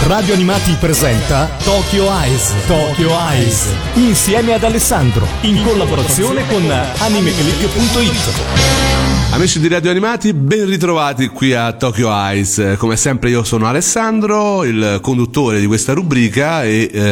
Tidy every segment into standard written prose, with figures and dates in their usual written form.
Radio Animati presenta Tokyo Eyes. Tokyo Eyes. Insieme ad Alessandro, in collaborazione con animeclick.it. Amici di Radio Animati, ben ritrovati qui a Tokyo Eyes. Come sempre io sono Alessandro, il conduttore di questa rubrica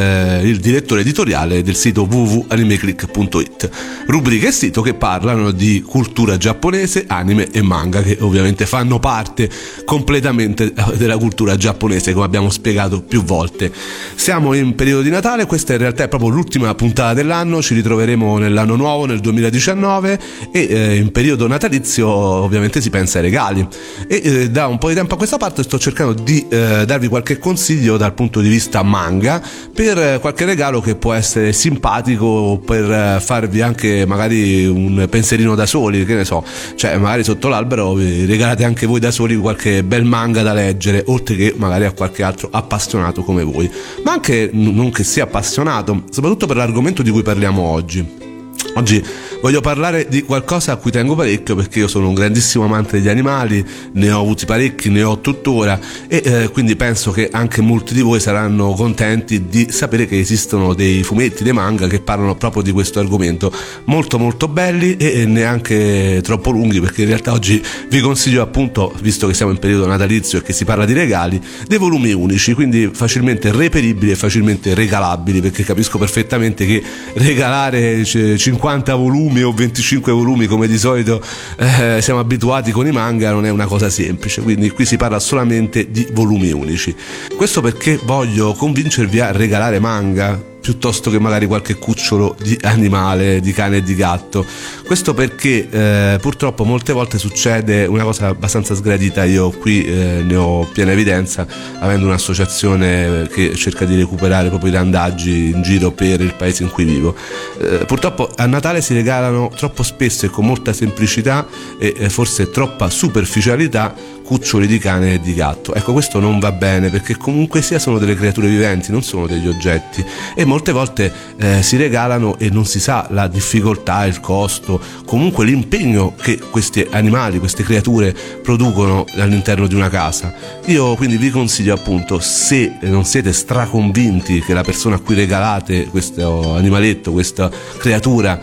e il direttore editoriale del sito www.animeclick.it. Rubrica e sito che parlano di cultura giapponese, anime e manga, che ovviamente fanno parte completamente della cultura giapponese, come abbiamo spiegato più volte. Siamo in periodo di Natale, questa in realtà è proprio l'ultima puntata dell'anno, ci ritroveremo nell'anno nuovo, nel 2019, e in periodo natalizio ovviamente si pensa ai regali e da un po' di tempo a questa parte sto cercando di darvi qualche consiglio dal punto di vista manga per qualche regalo che può essere simpatico, per farvi anche magari un pensierino da soli, che ne so, cioè magari sotto l'albero vi regalate anche voi da soli qualche bel manga da leggere, oltre che magari a qualche altro appassionato come voi, ma anche non che sia appassionato, soprattutto per l'argomento di cui parliamo oggi. Oggi voglio parlare di qualcosa a cui tengo parecchio, perché io sono un grandissimo amante degli animali, ne ho avuti parecchi, ne ho tuttora e quindi penso che anche molti di voi saranno contenti di sapere che esistono dei fumetti, dei manga che parlano proprio di questo argomento, molto molto belli e neanche troppo lunghi, perché in realtà oggi vi consiglio, appunto, visto che siamo in periodo natalizio e che si parla di regali, dei volumi unici, quindi facilmente reperibili e facilmente regalabili, perché capisco perfettamente che regalare 50 volumi o 25 volumi come di solito siamo abituati con i manga non è una cosa semplice, quindi qui si parla solamente di volumi unici. Questo perché voglio convincervi a regalare manga piuttosto che magari qualche cucciolo di animale, di cane e di gatto. Questo perché purtroppo molte volte succede una cosa abbastanza sgradita. Io qui ne ho piena evidenza, avendo un'associazione che cerca di recuperare proprio i randaggi in giro per il paese in cui vivo. Purtroppo a Natale si regalano troppo spesso e con molta semplicità e forse troppa superficialità cuccioli di cane e di gatto. Ecco, questo non va bene, perché comunque sia sono delle creature viventi, non sono degli oggetti, e molte volte si regalano e non si sa la difficoltà, il costo, comunque l'impegno che questi animali, queste creature producono all'interno di una casa. Io quindi vi consiglio, appunto, se non siete straconvinti che la persona a cui regalate questo animaletto, questa creatura,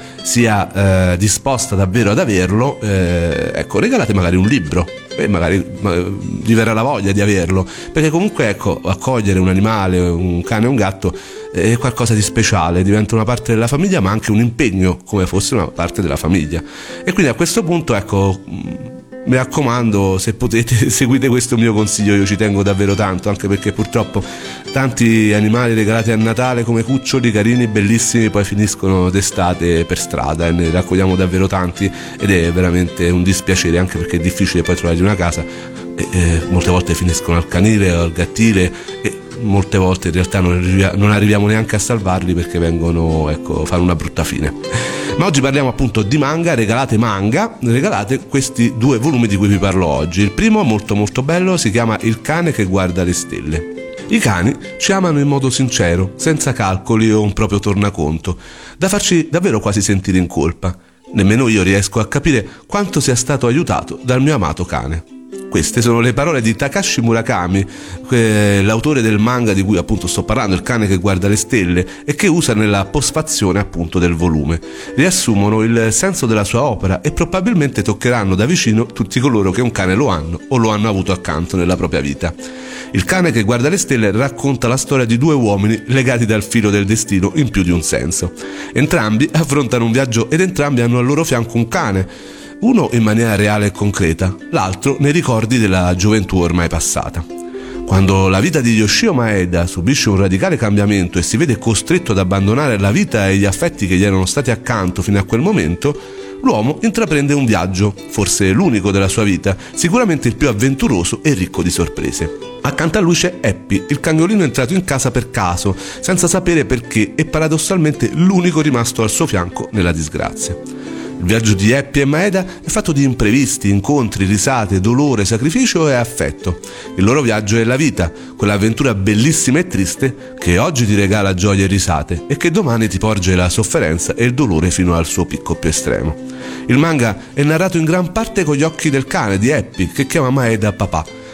sia disposta davvero ad averlo, ecco, regalate magari un libro e magari vi verrà la voglia di averlo, perché comunque, ecco, accogliere un animale, un cane o un gatto è qualcosa di speciale, diventa una parte della famiglia, ma anche un impegno come fosse una parte della famiglia. E quindi a questo punto, ecco, mi raccomando, se potete seguite questo mio consiglio, io ci tengo davvero tanto, anche perché purtroppo tanti animali regalati a Natale come cuccioli carini, bellissimi, poi finiscono d'estate per strada e ne raccogliamo davvero tanti ed è veramente un dispiacere, anche perché è difficile poi trovargli una casa e molte volte finiscono al canile o al gattile e molte volte in realtà non arriviamo neanche a salvarli, perché vengono, ecco, fanno una brutta fine. Ma oggi parliamo appunto di manga, regalate questi due volumi di cui vi parlo oggi. Il primo, molto molto bello, si chiama Il cane che guarda le stelle. I cani ci amano in modo sincero, senza calcoli o un proprio tornaconto, da farci davvero quasi sentire in colpa. Nemmeno io riesco a capire quanto sia stato aiutato dal mio amato cane. Queste sono le parole di Takashi Murakami, l'autore del manga di cui appunto sto parlando, Il cane che guarda le stelle, e che usa nella postfazione appunto del volume. Riassumono il senso della sua opera e probabilmente toccheranno da vicino tutti coloro che un cane lo hanno o lo hanno avuto accanto nella propria vita. Il cane che guarda le stelle racconta la storia di due uomini legati dal filo del destino in più di un senso. Entrambi affrontano un viaggio ed entrambi hanno al loro fianco un cane, uno in maniera reale e concreta, l'altro nei ricordi della gioventù ormai passata. Quando la vita di Yoshio Maeda subisce un radicale cambiamento e si vede costretto ad abbandonare la vita e gli affetti che gli erano stati accanto fino a quel momento, l'uomo intraprende un viaggio, forse l'unico della sua vita, sicuramente il più avventuroso e ricco di sorprese. Accanto a lui c'è Happy, il cagnolino entrato in casa per caso, senza sapere perché, e paradossalmente l'unico rimasto al suo fianco nella disgrazia. Il viaggio di Happy e Maeda è fatto di imprevisti, incontri, risate, dolore, sacrificio e affetto. Il loro viaggio è la vita, quell'avventura bellissima e triste che oggi ti regala gioie e risate e che domani ti porge la sofferenza e il dolore fino al suo picco più estremo. Il manga è narrato in gran parte con gli occhi del cane di Happy, che chiama Maeda papà,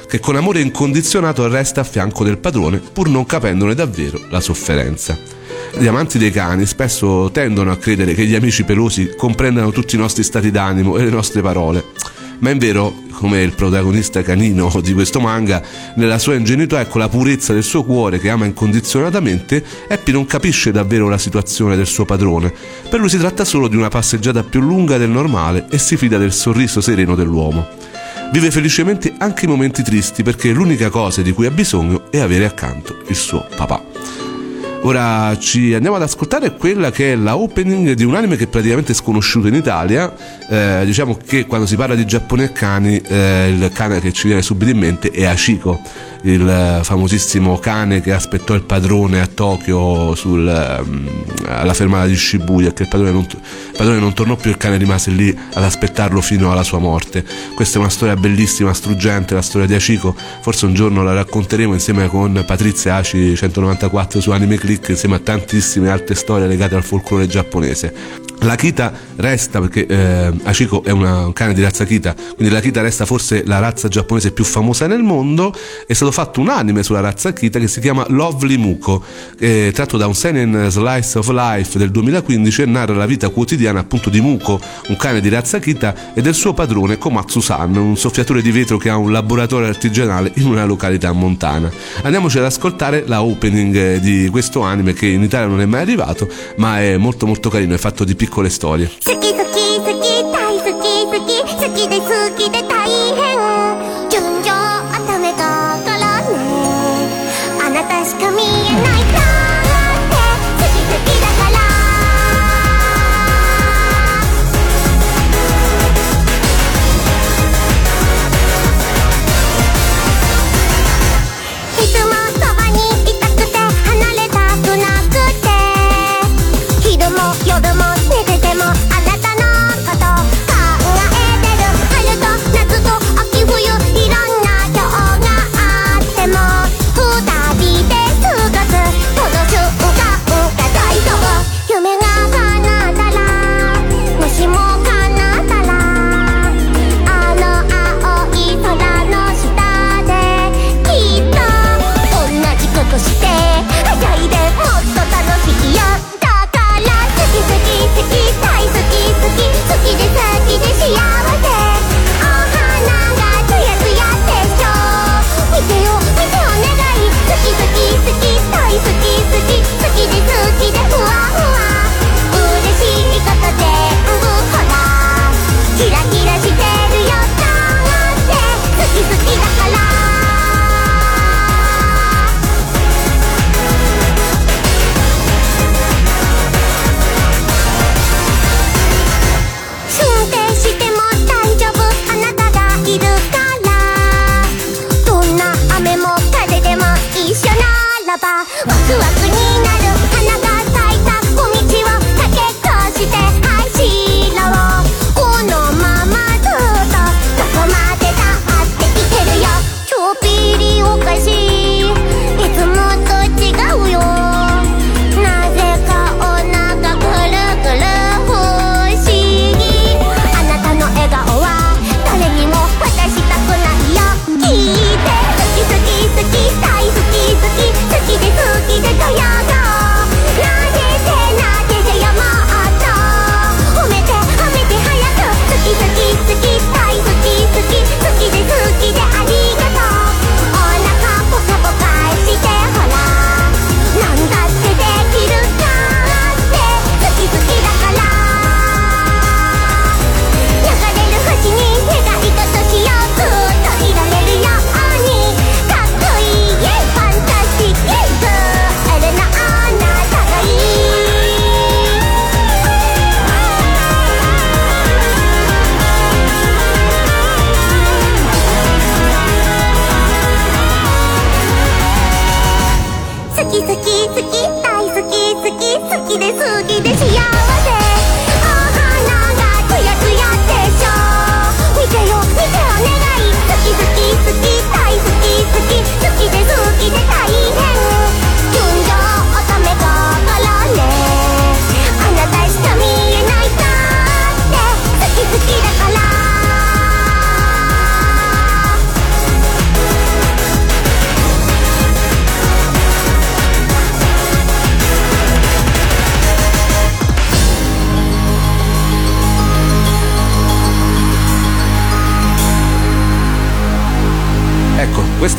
che con amore incondizionato resta a fianco del padrone pur non capendone davvero la sofferenza. Gli amanti dei cani spesso tendono a credere che gli amici pelosi comprendano tutti i nostri stati d'animo e le nostre parole, ma è vero, come il protagonista canino di questo manga, nella sua ingenuità e con la purezza del suo cuore che ama incondizionatamente, Happy non capisce davvero la situazione del suo padrone. Per lui si tratta solo di una passeggiata più lunga del normale e si fida del sorriso sereno dell'uomo. Vive felicemente anche i momenti tristi perché l'unica cosa di cui ha bisogno è avere accanto il suo papà. Ora ci andiamo ad ascoltare quella che è la opening di un anime che è praticamente sconosciuto in Italia. Diciamo che quando si parla di Giappone e cani, il cane che ci viene subito in mente è Hachiko, il famosissimo cane che aspettò il padrone a Tokyo alla fermata di Shibuya, che il padrone non tornò più, il cane rimase lì ad aspettarlo fino alla sua morte. Questa è una storia bellissima, struggente, la storia di Hachiko. Forse un giorno la racconteremo insieme con Patrizia Aci 194 su Anime Click, insieme a tantissime altre storie legate al folklore giapponese. L'Akita resta, perché Hachiko è un cane di razza Akita, quindi l'Akita resta forse la razza giapponese più famosa nel mondo. È stato fatto un anime sulla razza Akita che si chiama Lovely Muko, tratto da un seinen Slice of Life del 2015, e narra la vita quotidiana appunto di Muko, un cane di razza Akita, e del suo padrone Komatsu-san, un soffiatore di vetro che ha un laboratorio artigianale in una località montana. Andiamoci ad ascoltare la opening di questo anime, che in Italia non è mai arrivato, ma è molto molto carino, è fatto di piccole storie.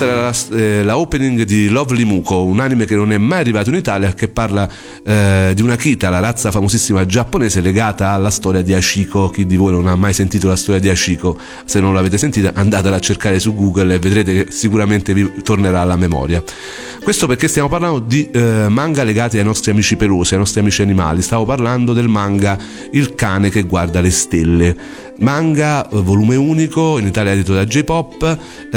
Questa è la opening di Lovely Muko, un anime che non è mai arrivato in Italia, che parla di una Kita, la razza famosissima giapponese legata alla storia di Hachiko. Chi di voi non ha mai sentito la storia di Hachiko? Se non l'avete sentita, andatela a cercare su Google e vedrete che sicuramente vi tornerà alla memoria. Questo perché stiamo parlando di manga legati ai nostri amici pelosi, ai nostri amici animali. Stavo parlando del manga Il cane che guarda le stelle, manga volume unico, in Italia edito da J-Pop,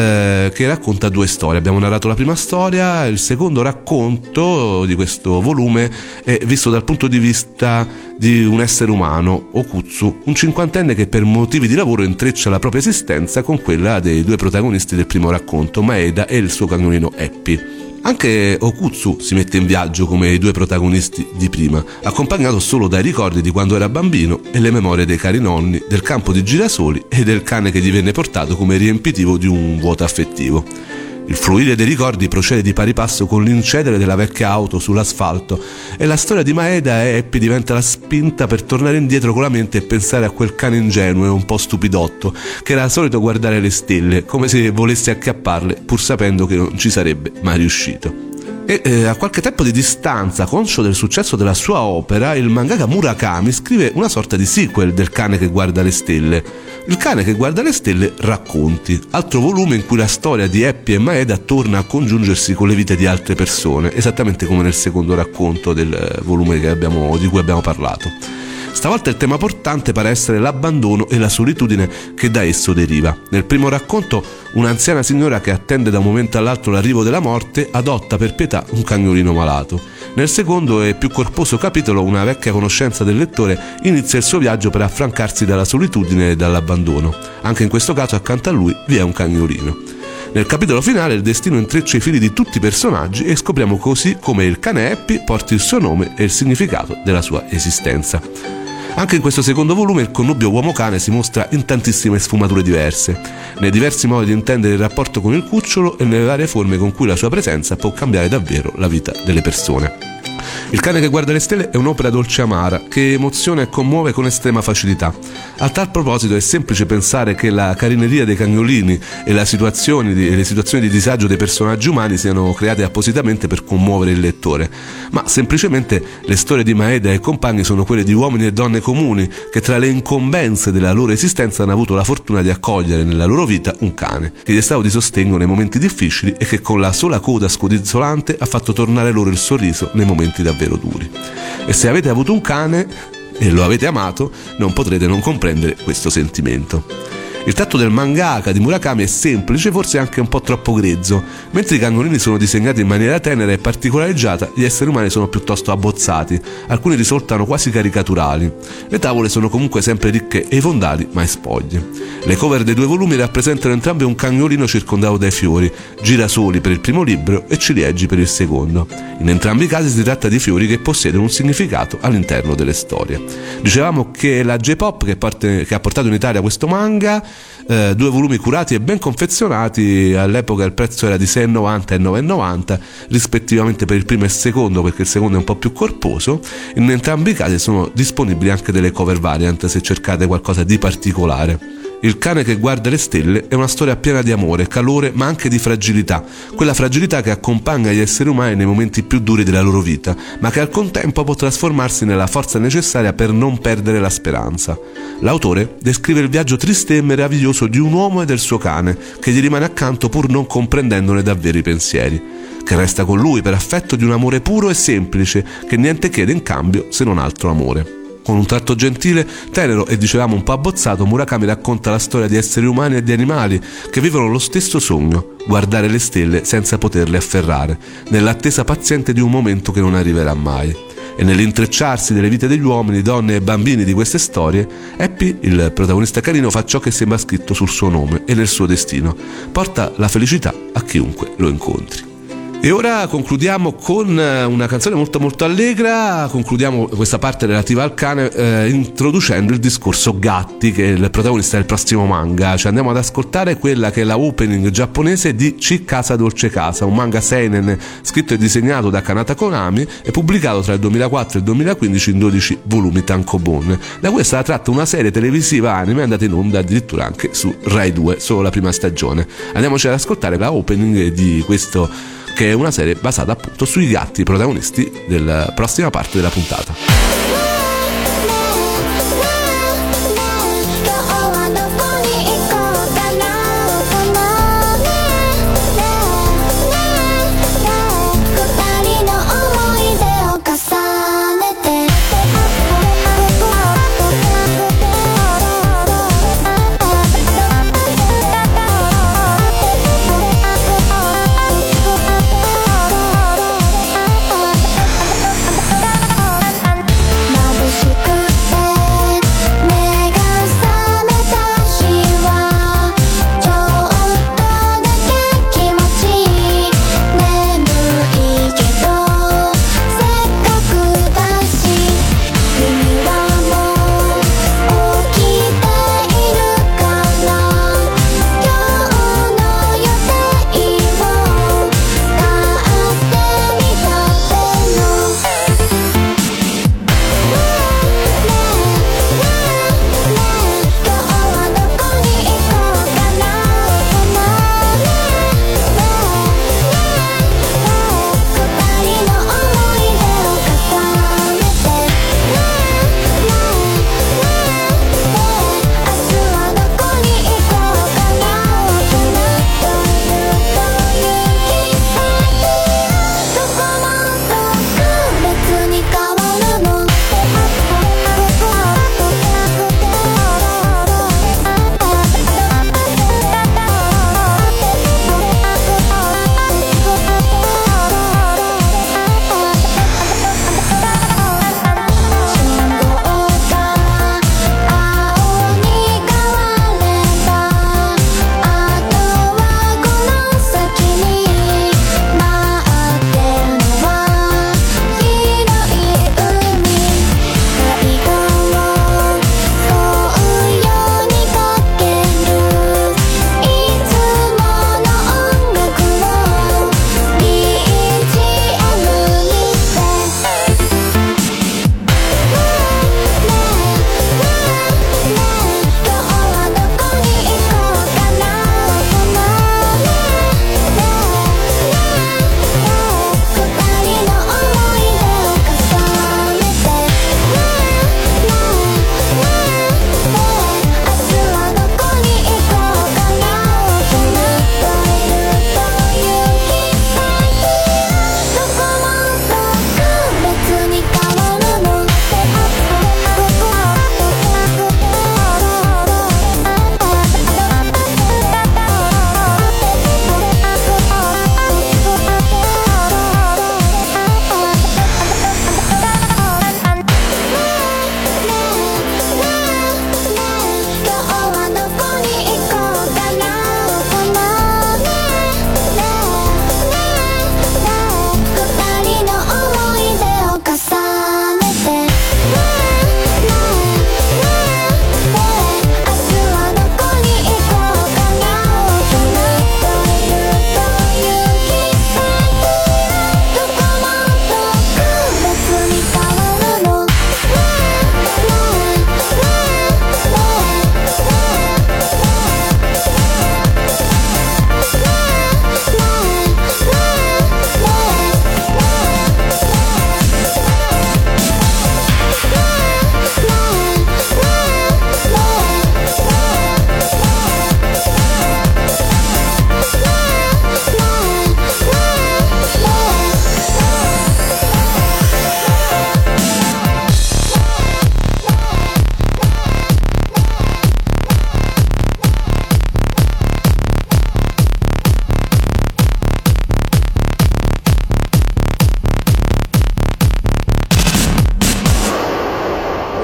che racconta 2 storie. Abbiamo narrato la prima storia, il secondo racconto di questo volume è visto dal punto di vista di un essere umano, Okutsu, un 50enne che per motivi di lavoro intreccia la propria esistenza con quella dei 2 protagonisti del primo racconto, Maeda e il suo cagnolino Happy. Anche Okutsu si mette in viaggio come i 2 protagonisti di prima, accompagnato solo dai ricordi di quando era bambino e le memorie dei cari nonni, del campo di girasoli e del cane che gli venne portato come riempitivo di un vuoto affettivo. Il fluire dei ricordi procede di pari passo con l'incedere della vecchia auto sull'asfalto e la storia di Maeda e Happy diventa la spinta per tornare indietro con la mente e pensare a quel cane ingenuo e un po' stupidotto che era solito guardare le stelle come se volesse acchiapparle pur sapendo che non ci sarebbe mai riuscito. E a qualche tempo di distanza, conscio del successo della sua opera, il mangaka Murakami scrive una sorta di sequel del cane che guarda le stelle. Il cane che guarda le stelle racconti, altro volume in cui la storia di Happy e Maeda torna a congiungersi con le vite di altre persone, esattamente come nel secondo racconto del volume di cui abbiamo parlato. Stavolta il tema portante pare essere l'abbandono e la solitudine che da esso deriva. Nel primo racconto, un'anziana signora che attende da un momento all'altro l'arrivo della morte adotta per pietà un cagnolino malato. Nel secondo e più corposo capitolo, una vecchia conoscenza del lettore inizia il suo viaggio per affrancarsi dalla solitudine e dall'abbandono. Anche in questo caso accanto a lui vi è un cagnolino. Nel capitolo finale il destino intreccia i fili di tutti i personaggi e scopriamo così come il cane Happy porti il suo nome e il significato della sua esistenza. Anche in questo secondo volume il connubio uomo-cane si mostra in tantissime sfumature diverse, nei diversi modi di intendere il rapporto con il cucciolo e nelle varie forme con cui la sua presenza può cambiare davvero la vita delle persone. Il cane che guarda le stelle è un'opera dolce amara che emoziona e commuove con estrema facilità. A tal proposito è semplice pensare che la carineria dei cagnolini e le situazioni di disagio dei personaggi umani siano create appositamente per commuovere il lettore, ma semplicemente le storie di Maeda e compagni sono quelle di uomini e donne comuni che tra le incombenze della loro esistenza hanno avuto la fortuna di accogliere nella loro vita un cane che gli è stato di sostegno nei momenti difficili e che con la sola coda scodinzolante ha fatto tornare loro il sorriso nei momenti davvero duri. E se avete avuto un cane e lo avete amato, non potrete non comprendere questo sentimento. Il tratto del mangaka di Murakami è semplice, forse anche un po' troppo grezzo. Mentre i cagnolini sono disegnati in maniera tenera e particolareggiata, gli esseri umani sono piuttosto abbozzati, alcuni risultano quasi caricaturali. Le tavole sono comunque sempre ricche e i fondali mai spogli. Le cover dei 2 volumi rappresentano entrambe un cagnolino circondato dai fiori, girasoli per il primo libro e ciliegi per il secondo. In entrambi i casi si tratta di fiori che possiedono un significato all'interno delle storie. Dicevamo che la J-Pop che ha portato in Italia questo manga, 2 volumi curati e ben confezionati, all'epoca il prezzo era di 6,90 e 9,90 rispettivamente per il primo e il secondo, perché il secondo è un po' più corposo. In entrambi i casi sono disponibili anche delle cover variant se cercate qualcosa di particolare. Il cane che guarda le stelle è una storia piena di amore, calore, ma anche di fragilità, quella fragilità che accompagna gli esseri umani nei momenti più duri della loro vita, ma che al contempo può trasformarsi nella forza necessaria per non perdere la speranza. L'autore descrive il viaggio triste e meraviglioso di un uomo e del suo cane, che gli rimane accanto pur non comprendendone davvero i pensieri, che resta con lui per affetto di un amore puro e semplice, che niente chiede in cambio se non altro amore. Con un tratto gentile, tenero e dicevamo un po' abbozzato, Murakami racconta la storia di esseri umani e di animali che vivono lo stesso sogno, guardare le stelle senza poterle afferrare, nell'attesa paziente di un momento che non arriverà mai. E nell'intrecciarsi delle vite degli uomini, donne e bambini di queste storie, Happy, il protagonista canino, fa ciò che sembra scritto sul suo nome e nel suo destino: porta la felicità a chiunque lo incontri. E ora concludiamo con una canzone molto molto allegra, concludiamo questa parte relativa al cane introducendo il discorso Gatti, che è il protagonista del prossimo manga. Cioè andiamo ad ascoltare quella che è la opening giapponese di Chikasa Dolce Casa, un manga seinen scritto e disegnato da Kanata Konami e pubblicato tra il 2004 e il 2015 in 12 volumi tankobon. Da questa tratta una serie televisiva anime andata in onda addirittura anche su Rai 2, solo la prima stagione. Andiamoci ad ascoltare la opening di questo, che è una serie basata appunto sui gatti protagonisti della prossima parte della puntata. 「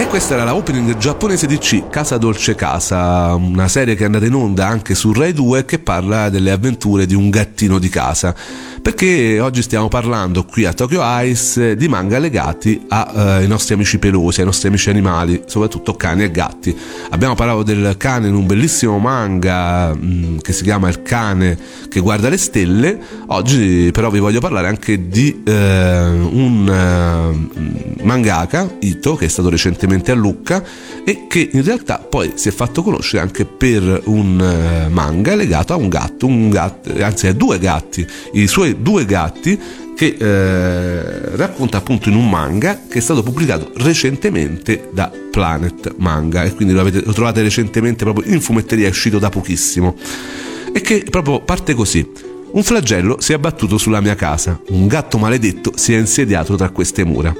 questa era la opening giapponese di Casa Dolce Casa, una serie che è andata in onda anche su Rai 2 che parla delle avventure di un gattino di casa. Perché oggi stiamo parlando qui a Tokyo Ice di manga legati ai nostri amici pelosi, ai nostri amici animali, soprattutto cani e gatti. Abbiamo parlato del cane in un bellissimo manga che si chiama Il cane che guarda le stelle. Oggi però vi voglio parlare anche di un mangaka, Ito, che è stato recentemente a Lucca e che in realtà poi si è fatto conoscere anche per un manga legato a un gatto, anzi a due gatti, i suoi due gatti, che racconta appunto in un manga che è stato pubblicato recentemente da Planet Manga, e quindi lo trovate recentemente proprio in fumetteria, è uscito da pochissimo, e che proprio parte così: un flagello si è abbattuto sulla mia casa, un gatto maledetto si è insediato tra queste mura.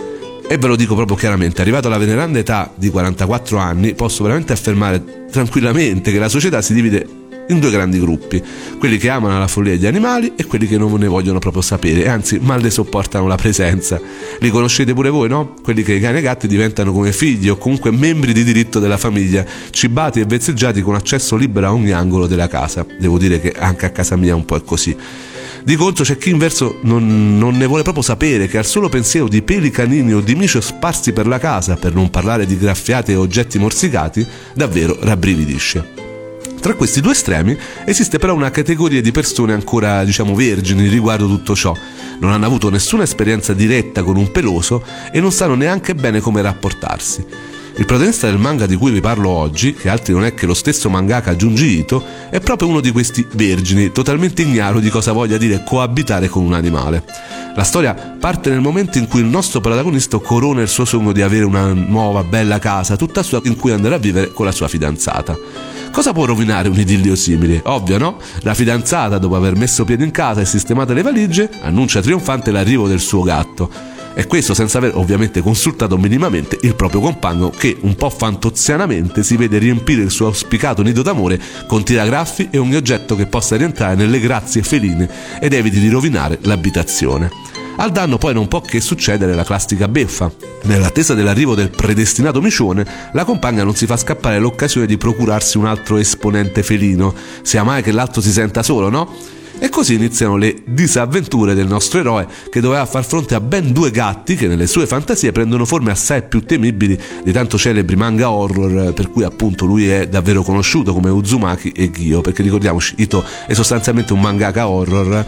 E ve lo dico proprio chiaramente, arrivato alla veneranda età di 44 anni, posso veramente affermare tranquillamente che la società si divide in due grandi gruppi: quelli che amano la follia degli animali e quelli che non ne vogliono proprio sapere, anzi mal ne sopportano la presenza. Li conoscete pure voi, no? Quelli che i cani e i gatti diventano come figli o comunque membri di diritto della famiglia, cibati e vezzeggiati con accesso libero a ogni angolo della casa. Devo dire che anche a casa mia un po' è così. Di contro c'è chi inverso non ne vuole proprio sapere, che al solo pensiero di peli canini o di micio sparsi per la casa, per non parlare di graffiate e oggetti morsicati, davvero rabbrividisce. Tra questi due estremi esiste però una categoria di persone ancora, vergini riguardo tutto ciò. Non hanno avuto nessuna esperienza diretta con un peloso e non sanno neanche bene come rapportarsi. Il protagonista del manga di cui vi parlo oggi, che altri non è che lo stesso mangaka Junji Ito, è proprio uno di questi vergini, totalmente ignaro di cosa voglia dire coabitare con un animale. La storia parte nel momento in cui il nostro protagonista corona il suo sogno di avere una nuova bella casa, tutta sua, in cui andare a vivere con la sua fidanzata. Cosa può rovinare un idillio simile? Ovvio, no? La fidanzata, dopo aver messo piede in casa e sistemato le valigie, annuncia trionfante l'arrivo del suo gatto. E questo senza aver ovviamente consultato minimamente il proprio compagno, che un po' fantozianamente si vede riempire il suo auspicato nido d'amore con tiragraffi e ogni oggetto che possa rientrare nelle grazie feline ed eviti di rovinare l'abitazione. Al danno poi non può che succedere la classica beffa. Nell'attesa dell'arrivo del predestinato micione, la compagna non si fa scappare l'occasione di procurarsi un altro esponente felino, sia mai che l'altro si senta solo, no? E così iniziano le disavventure del nostro eroe, che doveva far fronte a ben due gatti che nelle sue fantasie prendono forme assai più temibili di tanto celebri manga horror, per cui appunto lui è davvero conosciuto come Uzumaki e Gyo, perché ricordiamoci, Ito è sostanzialmente un mangaka horror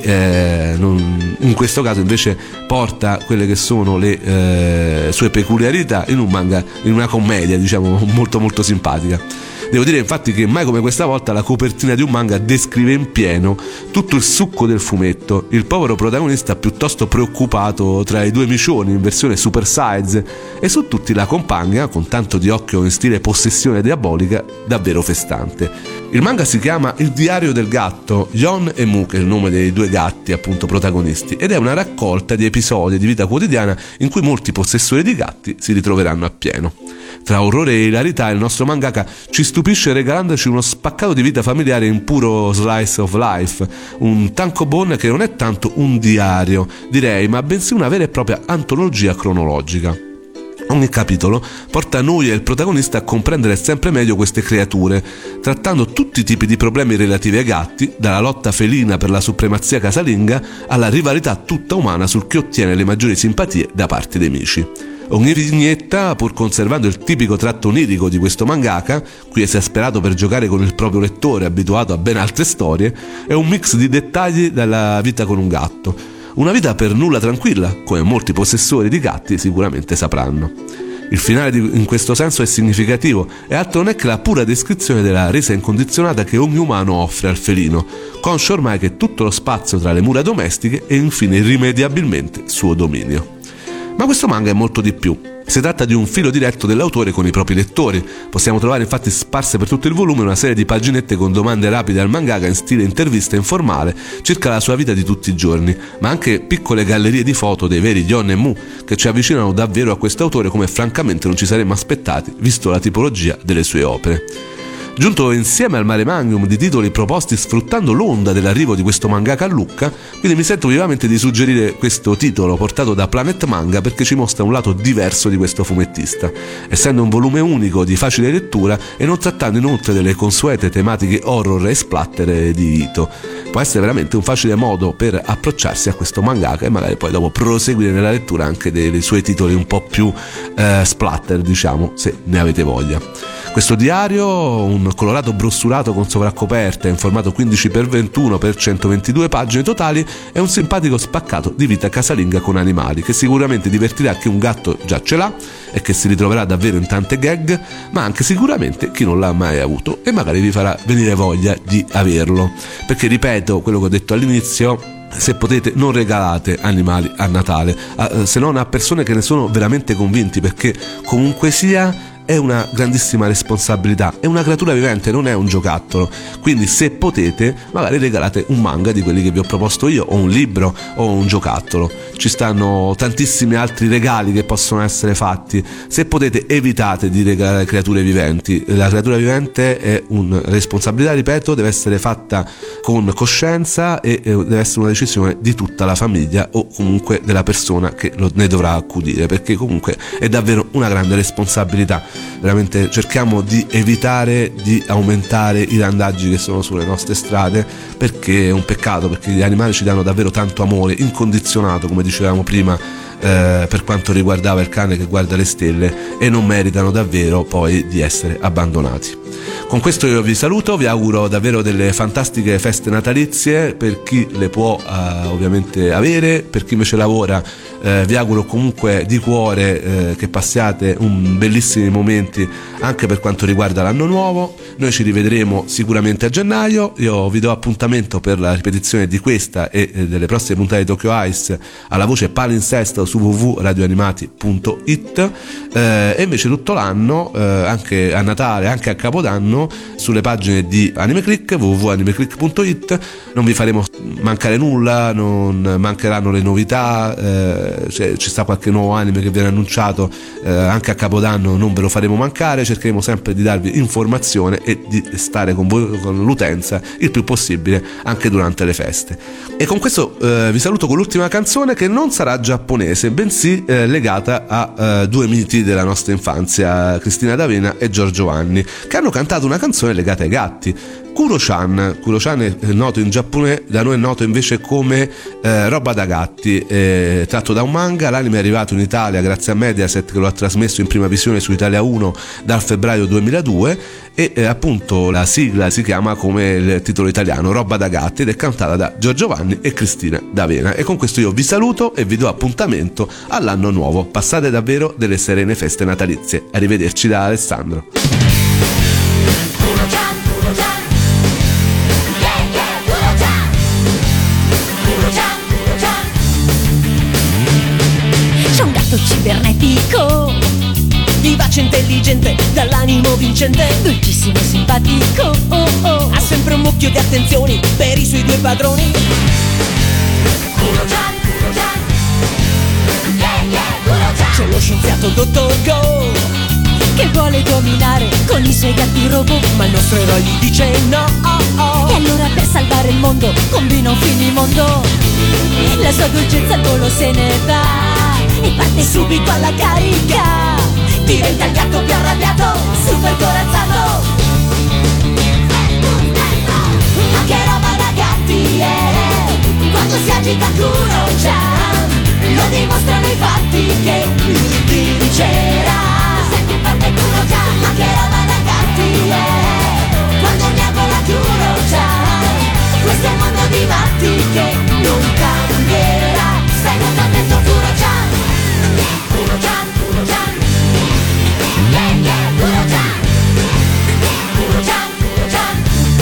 e in questo caso invece porta quelle che sono le sue peculiarità in un manga, in una commedia molto molto simpatica. Devo dire infatti che mai come questa volta la copertina di un manga descrive in pieno tutto il succo del fumetto. Il povero protagonista piuttosto preoccupato tra i due micioni in versione super size e su tutti la compagna con tanto di occhio in stile possessione diabolica davvero festante. Il manga si chiama Il diario del gatto, Yon e Mu, che è il nome dei due gatti appunto protagonisti, ed è una raccolta di episodi di vita quotidiana in cui molti possessori di gatti si ritroveranno appieno. Tra orrore e ilarità il nostro mangaka ci stupisce regalandoci uno spaccato di vita familiare in puro slice of life, un tankobon che non è tanto un diario, direi, ma bensì una vera e propria antologia cronologica. Ogni capitolo porta noi e il protagonista a comprendere sempre meglio queste creature, trattando tutti i tipi di problemi relativi ai gatti, dalla lotta felina per la supremazia casalinga alla rivalità tutta umana sul chi ottiene le maggiori simpatie da parte dei amici. Ogni vignetta, pur conservando il tipico tratto onirico di questo mangaka, qui esasperato per giocare con il proprio lettore abituato a ben altre storie, è un mix di dettagli dalla vita con un gatto. Una vita per nulla tranquilla, come molti possessori di gatti sicuramente sapranno. Il finale in questo senso è significativo e altro non è che la pura descrizione della resa incondizionata che ogni umano offre al felino, conscio ormai che tutto lo spazio tra le mura domestiche è infine irrimediabilmente suo dominio. Ma questo manga è molto di più. Si tratta di un filo diretto dell'autore con i propri lettori. Possiamo trovare infatti sparse per tutto il volume una serie di paginette con domande rapide al mangaka in stile intervista informale circa la sua vita di tutti i giorni, ma anche piccole gallerie di foto dei veri Yon e Mu che ci avvicinano davvero a questo autore come francamente non ci saremmo aspettati, visto la tipologia delle sue opere. giunto insieme al mare magnum di titoli proposti sfruttando l'onda dell'arrivo di questo mangaka a Lucca, quindi mi sento vivamente di suggerire questo titolo portato da Planet Manga perché ci mostra un lato diverso di questo fumettista, essendo un volume unico di facile lettura e non trattando inoltre delle consuete tematiche horror e splatter di Ito. Può essere veramente un facile modo per approcciarsi a questo mangaka e magari poi dopo proseguire nella lettura anche dei suoi titoli un po' più splatter, diciamo, se ne avete voglia. Questo diario, un colorato brossurato con sovraccoperta in formato 15x21 per 122 pagine totali, è un simpatico spaccato di vita casalinga con animali che sicuramente divertirà chi un gatto già ce l'ha e che si ritroverà davvero in tante gag, ma anche sicuramente chi non l'ha mai avuto e magari vi farà venire voglia di averlo, perché ripeto quello che ho detto all'inizio: se potete non regalate animali a Natale, se non a persone che ne sono veramente convinti, perché comunque sia è una grandissima responsabilità, è una creatura vivente, non è un giocattolo, quindi se potete magari regalate un manga di quelli che vi ho proposto io, o un libro o un giocattolo. Ci stanno tantissimi altri regali che possono essere fatti. Se potete evitate di regalare creature viventi, la creatura vivente è una responsabilità, ripeto, deve essere fatta con coscienza e deve essere una decisione di tutta la famiglia o comunque della persona che ne dovrà accudire, perché comunque è davvero una grande responsabilità. Veramente cerchiamo di evitare di aumentare i randaggi che sono sulle nostre strade, perché è un peccato, perché gli animali ci danno davvero tanto amore incondizionato, come dicevamo prima, per quanto riguardava il cane che guarda le stelle, e non meritano davvero poi di essere abbandonati. Con questo io vi saluto, vi auguro davvero delle fantastiche feste natalizie per chi le può ovviamente avere, per chi invece lavora vi auguro comunque di cuore che passiate bellissimi momenti anche per quanto riguarda l'anno nuovo. Noi ci rivedremo sicuramente a gennaio, io vi do appuntamento per la ripetizione di questa e delle prossime puntate di Tokyo Ice alla voce palinsesto su www.radioanimati.it e invece tutto l'anno, anche a Natale, anche a Capodanno, sulle pagine di AnimeClick, www.animeclick.it, non vi faremo mancare nulla, non mancheranno le novità, ci sta qualche nuovo anime che viene annunciato anche a Capodanno, non ve lo faremo mancare, cercheremo sempre di darvi informazione e di stare con voi, con l'utenza, il più possibile anche durante le feste. E con questo vi saluto con l'ultima canzone, che non sarà giapponese, bensì legata a due miti della nostra infanzia, Cristina D'Avena e Giorgio Vanni, che hanno cantato una canzone legata ai gatti. Kuro-chan è noto in Giappone, da noi è noto invece come Roba da gatti, tratto da un manga. L'anime è arrivato in Italia grazie a Mediaset, che lo ha trasmesso in prima visione su Italia 1 dal febbraio 2002 e appunto la sigla si chiama come il titolo italiano, Roba da gatti, ed è cantata da Giorgio Vanni e Cristina D'Avena. E con questo io vi saluto e vi do appuntamento all'anno nuovo. Passate davvero delle serene feste natalizie. Arrivederci da Alessandro. Cibernetico, vivace, intelligente, dall'animo vincente, dolcissimo e simpatico, ha sempre un mucchio di attenzioni per i suoi due padroni. Kuro-chan, c'è lo scienziato Dottor Go, che vuole dominare con i suoi gatti robot, ma il nostro eroe gli dice no. E allora per salvare il mondo combina un finimondo, la sua dolcezza al volo se ne va e parte subito alla carica, diventa il gatto più arrabbiato, super corazzato. Ma che roba da gatti è, quando si agita Kuro-chan, lo dimostrano i fatti che lui vincerà. Senti forte Kuro-chan, ma che roba da gatti è, quando miagola Kuro-chan, questo è un mondo di matti che non cambierà. Stai molto attento Kuro-chan. Kuro-chan, Kuro-chan, yeah, yeah, Kuro-chan, Kuro-chan, Kuro-chan.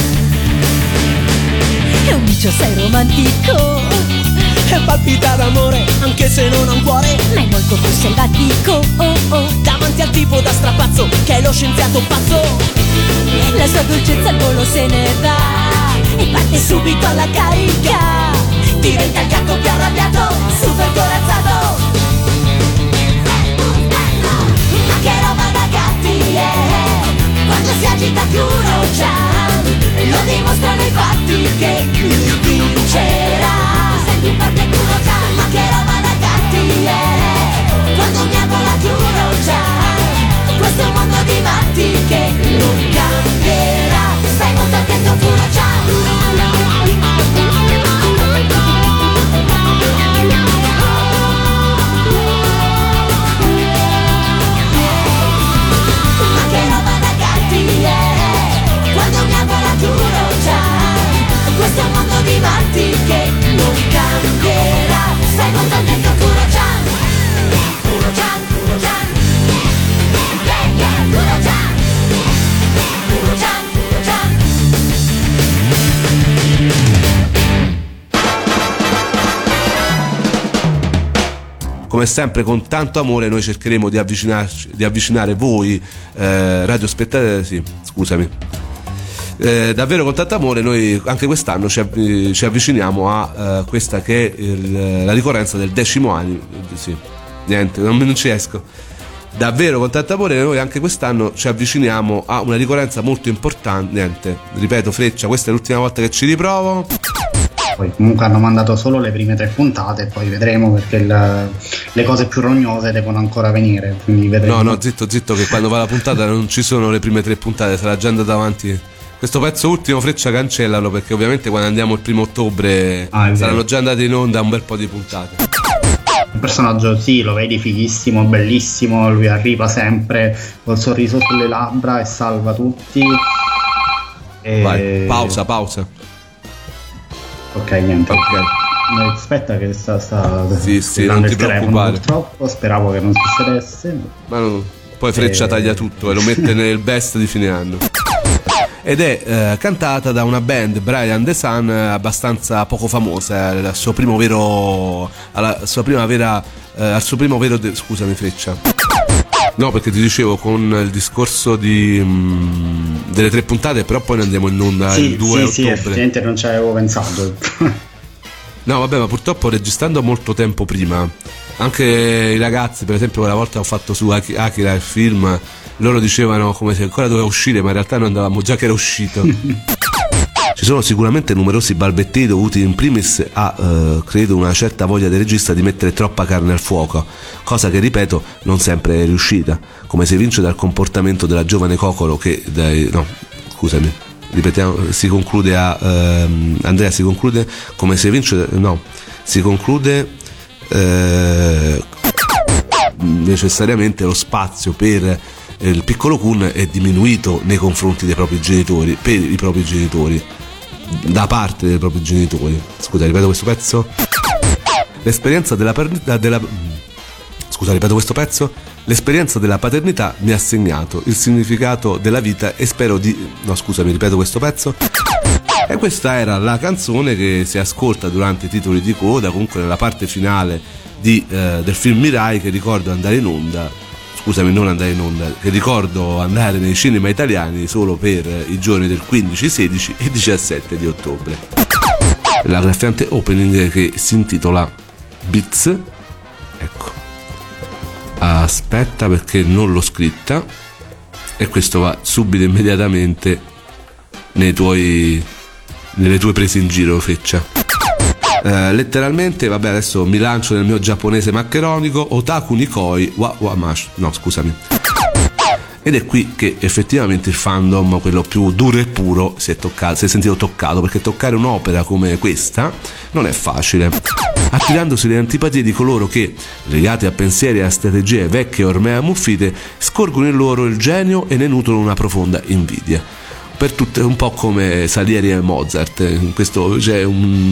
È un micio, sei romantico, e palpita d'amore anche se non ha un cuore, ma è molto più selvatico, davanti al tipo da strapazzo che è lo scienziato pazzo. La sua dolcezza al volo se ne va e parte subito alla carica, diventa il gatto più arrabbiato, super corazzato. Ma che roba da gatti è, quando si agita Kuro-chan, lo dimostrano i fatti che lui vincerà. Senti forte Kuro-chan, ma che roba da gatti è. Quando mi apro la Kuro-chan, questo è un mondo di matti che non cambierà. Stai molto attento Kuro-chan. Ma che roba da gatti è. Quando mi apro la Kuro-chan, questo è un mondo di matti che non cambierà. Stai molto attento Kuro-chan. Kuro-chan, Kuro-chan. Yeah, yeah, Kuro-chan. Kuro-chan, Kuro-chan. Come sempre con tanto amore noi cercheremo di avvicinare voi radiospettatori, sì, scusami. Davvero con tanto amore noi anche quest'anno ci avviciniamo a questa che è la ricorrenza del 10° anno. Sì, niente, non ci esco. Davvero con tanto amore noi anche quest'anno ci avviciniamo a una ricorrenza molto importante. Niente, ripeto Freccia, questa è l'ultima volta che ci riprovo. Poi comunque hanno mandato solo le prime 3 puntate, poi vedremo, perché le cose più rognose devono ancora venire, quindi vedremo. No, zitto che quando va la puntata non ci sono le prime 3 puntate, sarà già andata avanti. Questo pezzo ultimo Freccia cancellalo, perché ovviamente quando andiamo il 1° ottobre saranno già andate in onda un bel po' di puntate. Il personaggio sì, lo vedi fighissimo, bellissimo, lui arriva sempre col sorriso sulle labbra e salva tutti. Vai, pausa. Ok, niente. Ok. Aspetta che sta sì, non ti preoccupare. Purtroppo speravo che non succedesse. Ma no, poi Freccia taglia tutto e lo mette nel best di fine anno. Ed è cantata da una band, Brian The Sun, abbastanza poco famosa, al suo primo vero scusami Freccia. No, perché ti dicevo con il discorso delle 3 puntate, però poi ne andiamo in onda il 2 ottobre. Sì, effettivamente non ci avevo pensato. No, vabbè, ma purtroppo registrando molto tempo prima, anche i ragazzi, per esempio, quella volta ho fatto su Akira il film, loro dicevano come se ancora doveva uscire, ma in realtà noi andavamo già che era uscito. Ci sono sicuramente numerosi balbetti dovuti in primis a, credo, una certa voglia del regista di mettere troppa carne al fuoco, cosa che, ripeto, non sempre è riuscita, come si evince dal comportamento della giovane Kokoro che, ripetiamo, si conclude Andrea si conclude come si evince, necessariamente lo spazio per il piccolo Kun è diminuito nei confronti dei propri genitori, per i propri genitori, da parte dei propri genitori. Scusa, ripeto questo pezzo. L'esperienza L'esperienza della paternità mi ha segnato il significato della vita e spero ripeto questo pezzo. E questa era la canzone che si ascolta durante i titoli di coda, comunque nella parte finale del film Mirai, che ricordo andare in onda. Non andare in onda, che ricordo andare nei cinema italiani solo per i giorni del 15, 16 e 17 di ottobre. La graffiante opening che si intitola Beats. Ecco. Aspetta, perché non l'ho scritta. E questo va subito, immediatamente, nelle tue prese in giro, Freccia. Letteralmente, vabbè, adesso mi lancio nel mio giapponese maccheronico, Otaku Nikoi wa Wamash. No, scusami. Ed è qui che effettivamente il fandom, quello più duro e puro, si è sentito toccato, perché toccare un'opera come questa non è facile, attirandosi le antipatie di coloro che, legati a pensieri e a strategie vecchie ormai ammuffite, scorgono in loro il genio e ne nutrono una profonda invidia. Per tutte, un po' come Salieri e Mozart. In questo c'è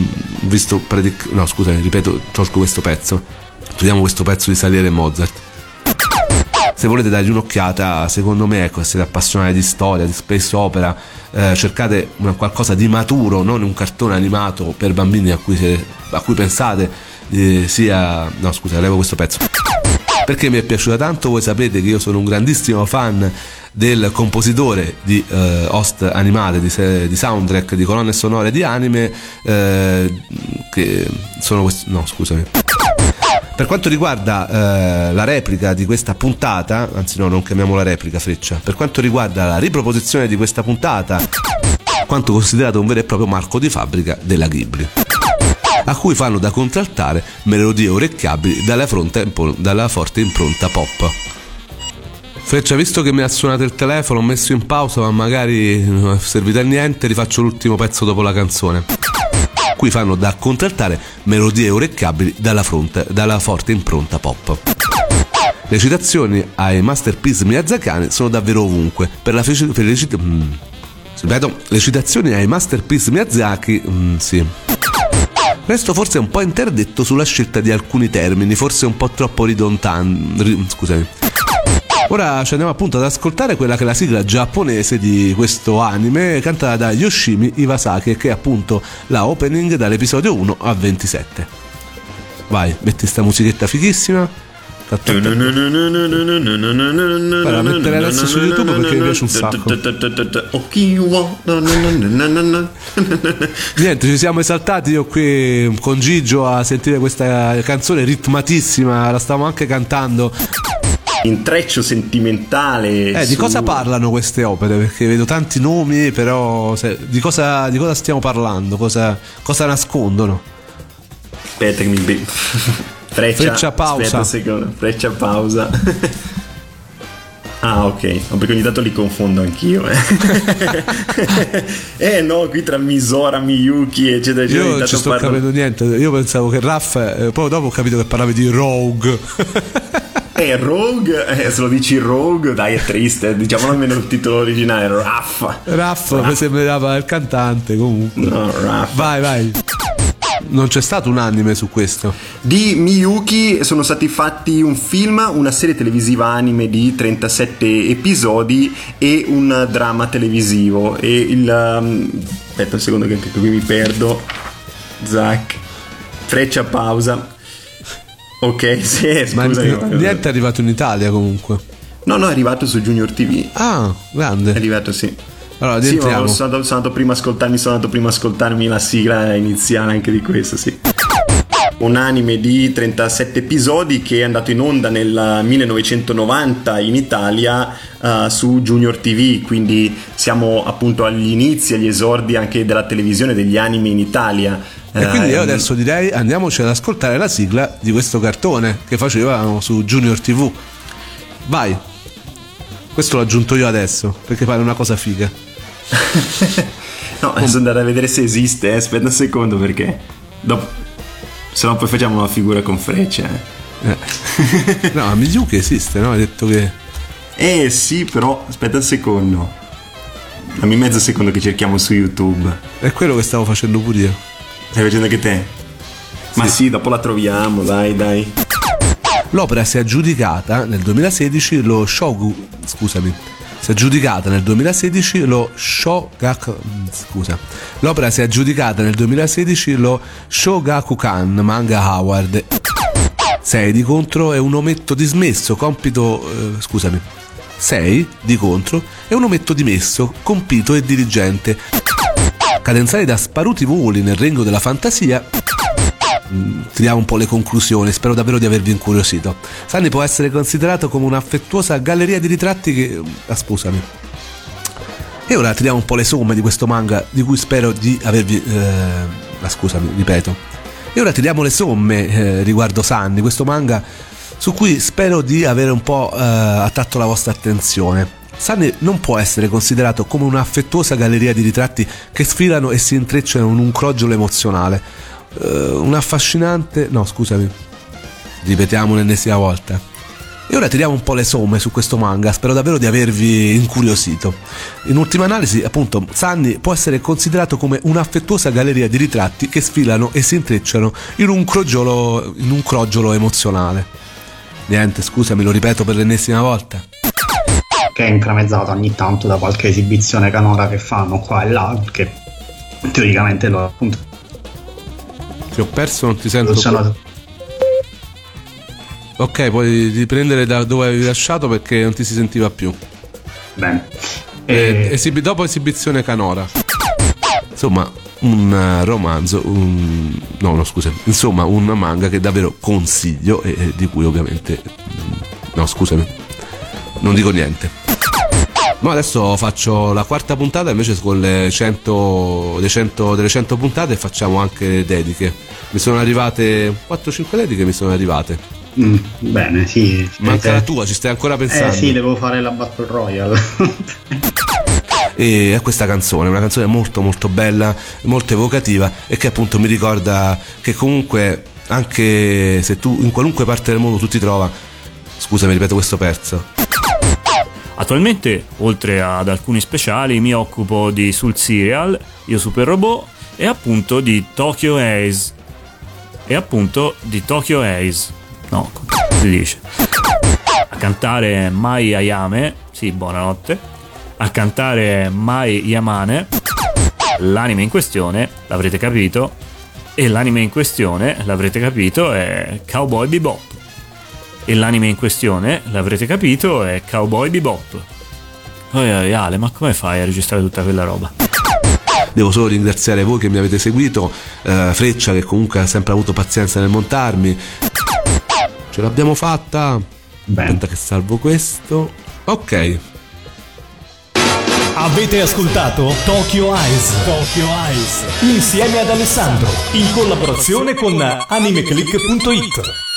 tolgo questo pezzo. Togliamo questo pezzo di Salieri e Mozart. Se volete dargli un'occhiata, secondo me, ecco, siete appassionati di storia, di space opera, cercate qualcosa di maturo, non un cartone animato per bambini a cui pensate levo questo pezzo. Perché mi è piaciuta tanto. Voi sapete che io sono un grandissimo fan del compositore di host animate, di soundtrack, di colonne sonore di anime, che sono Per quanto riguarda la replica di questa puntata, anzi no, non chiamiamola replica, Freccia, per quanto riguarda la riproposizione di questa puntata, quanto considerato un vero e proprio marco di fabbrica della Ghibli, a cui fanno da contraltare melodie orecchiabili dalla forte impronta pop. Freccia, visto che mi ha suonato il telefono, ho messo in pausa, ma magari non è servito a niente, rifaccio l'ultimo pezzo dopo la canzone. Qui fanno da contraltare melodie orecchiabili dalla forte impronta pop. Le citazioni ai masterpiece miyazakani sono davvero ovunque. Le citazioni ai masterpiece Miyazaki, sì. Resto forse un po' interdetto sulla scelta di alcuni termini, forse un po' troppo scusami. Ora ci andiamo appunto ad ascoltare quella che è la sigla giapponese di questo anime, cantata da Yoshimi Iwasaki, che è appunto la opening dall'episodio 1 a 27. Vai, metti sta musichetta fighissima. Poi la metterei adesso su YouTube perché mi piace un sacco. Niente, ci siamo esaltati io qui con Gigio a sentire questa canzone ritmatissima, la stavamo anche cantando. Intreccio sentimentale. Di cosa parlano queste opere? Perché vedo tanti nomi, però di cosa stiamo parlando? Cosa nascondono? Aspetta che mi Freccia pausa. Aspetta un secondo. Freccia pausa. Ah, ok, perché ogni tanto li confondo anch'io. No, qui tra Misora, Miyuki, eccetera, eccetera. Io non ci sto capendo niente. Io pensavo che Raff, poi dopo ho capito che parlavi di Rogue. Rogue, se lo dici Rogue, dai, è triste. Diciamolo almeno il titolo originale, Raff. Mi sembrava il cantante comunque. No, Raff. Vai. Non c'è stato un anime su questo. Di Miyuki sono stati fatti un film, una serie televisiva anime di 37 episodi e un dramma televisivo. E aspetta un secondo che qui mi perdo. Zac. Freccia pausa. Ok, sì, scusa. Niente è arrivato in Italia comunque. No, è arrivato su Junior TV. Ah, grande. È arrivato, sì. Allora, sì, sono andato prima a ascoltarmi la sigla iniziale anche di questo, sì. Un anime di 37 episodi che è andato in onda nel 1990 in Italia su Junior TV, quindi siamo appunto agli inizi, agli esordi anche della televisione, degli anime in Italia. E quindi io adesso direi andiamoci ad ascoltare la sigla di questo cartone che facevano su Junior TV. Vai. Questo l'ho aggiunto io adesso perché pare una cosa figa. No, adesso andare a vedere se esiste, aspetta un secondo perché se no poi facciamo una figura con Freccia. No, Miyuki esiste, no? Hai detto che sì, però aspetta un secondo, dammi mezzo secondo che cerchiamo su YouTube. È quello che stavo facendo pure io. Stai facendo anche te? Sì. Ma sì, dopo la troviamo, dai. L'opera si è aggiudicata nel 2016 lo L'opera si è aggiudicata nel 2016 lo Shogakukan Manga Award. 6 di contro è un ometto dismesso, compito 6 di contro è un ometto dimesso, compito e dirigente. Cadenzali da sparuti voli nel regno della fantasia. Tiriamo un po' le conclusioni, spero davvero di avervi incuriosito. Sunny può essere considerato come un'affettuosa galleria di ritratti che... E ora tiriamo un po' le somme di questo manga di cui spero di avervi... E ora tiriamo le somme riguardo Sunny, questo manga su cui spero di avere un po' attratto la vostra attenzione. Sunny non può essere considerato come un'affettuosa galleria di ritratti che sfilano e si intrecciano in un crogiolo emozionale. Un affascinante... Ripetiamo l'ennesima volta. E ora tiriamo un po' le somme su questo manga, spero davvero di avervi incuriosito. In ultima analisi, appunto, Sunny può essere considerato come un'affettuosa galleria di ritratti che sfilano e si intrecciano in un crogiolo emozionale. Niente, scusami, lo ripeto per l'ennesima volta. Che è incramezzato ogni tanto da qualche esibizione canora che fanno qua e là, che teoricamente lo appunto... Ti ho perso, non ti sento più. Ok, puoi riprendere da dove avevi lasciato perché non ti si sentiva più. Bene. Dopo esibizione canora. Insomma, un romanzo, insomma un manga che davvero consiglio e di cui ovviamente no, scusami, non dico niente. Ma adesso faccio la quarta puntata, invece con delle 100 puntate facciamo anche le dediche. Mi sono arrivate 4-5 dediche, mi sono arrivate. Bene, sì. Manca la tua, ci stai ancora pensando? Sì, devo fare la Battle Royale. E è questa canzone, una canzone molto molto bella, molto evocativa e che appunto mi ricorda che comunque anche se tu in qualunque parte del mondo tu ti trova, scusami, ripeto questo pezzo. Attualmente, oltre ad alcuni speciali, mi occupo di Soul Serial, Io Super Robot e appunto di Tokyo Ace. No, come si dice? A cantare Mai Ayame, sì, buonanotte. A cantare Mai Yamane, l'anime in questione, l'avrete capito, e l'anime in questione, l'avrete capito, è Cowboy Bebop. E l'anime in questione, l'avrete capito, è Cowboy Bebop. Ale, ma come fai a registrare tutta quella roba? Devo solo ringraziare voi che mi avete seguito, Freccia che comunque ha sempre avuto pazienza nel montarmi. Ce l'abbiamo fatta. Aspetta che salvo questo. Ok. Avete ascoltato Tokyo Eyes insieme ad Alessandro in collaborazione con animeclick.it.